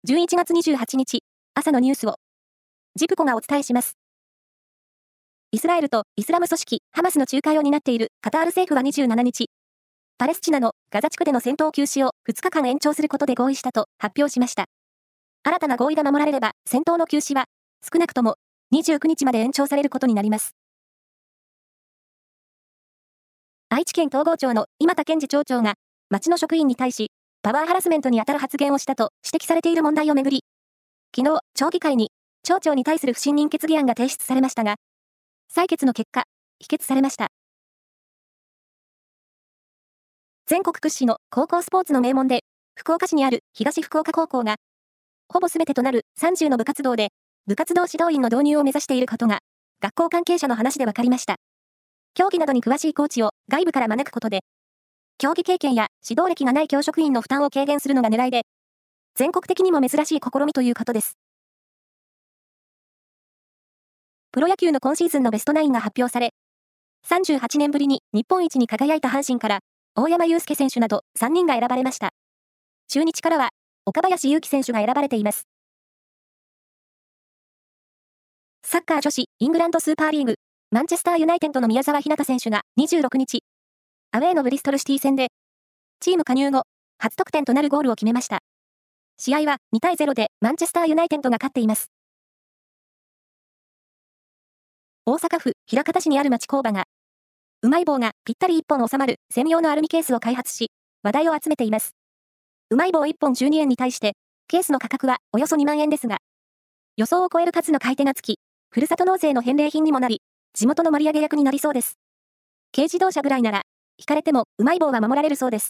11月28日、朝のニュースを、ジプコがお伝えします。イスラエルとイスラム組織ハマスの仲介を担っているカタール政府は27日、パレスチナのガザ地区での戦闘休止を2日間延長することで合意したと発表しました。新たな合意が守られれば、戦闘の休止は少なくとも29日まで延長されることになります。愛知県東郷町の今田健次町長が、町の職員に対し、パワーハラスメントに当たる発言をしたと指摘されている問題をめぐり、昨日、町議会に町長に対する不信任決議案が提出されましたが、採決の結果、否決されました。全国屈指の高校スポーツの名門で、福岡市にある東福岡高校が、ほぼ全てとなる30の部活動で、部活動指導員の導入を目指していることが、学校関係者の話で分かりました。競技などに詳しいコーチを外部から招くことで、競技経験や指導歴がない教職員の負担を軽減するのが狙いで、全国的にも珍しい試みということです。プロ野球の今シーズンのベストナインが発表され、38年ぶりに日本一に輝いた阪神から、大山悠輔選手など3人が選ばれました。中日からは、岡林勇希選手が選ばれています。サッカー女子イングランドスーパーリーグ、マンチェスターユナイテッドの宮澤ひなた選手が26日、アウェーのブリストルシティ戦で、チーム加入後、初得点となるゴールを決めました。試合は2対0でマンチェスターユナイテッドが勝っています。大阪府枚方市にある町工場が、うまい棒がぴったり1本収まる専用のアルミケースを開発し、話題を集めています。うまい棒1本12円に対して、ケースの価格はおよそ2万円ですが、予想を超える数の買い手がつき、ふるさと納税の返礼品にもなり、地元の盛り上げ役になりそうです。軽自動車ぐらいなら、引かれてもうまい棒は守られるそうです。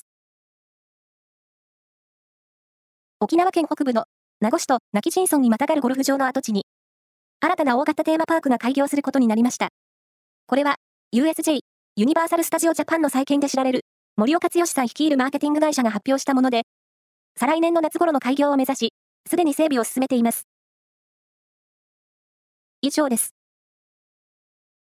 沖縄県北部の名護市と今帰仁村にまたがるゴルフ場の跡地に、新たな大型テーマパークが開業することになりました。これは、USJ、ユニバーサル・スタジオ・ジャパンの再建で知られる、森岡剛さん率いるマーケティング会社が発表したもので、再来年の夏頃の開業を目指し、すでに整備を進めています。以上です。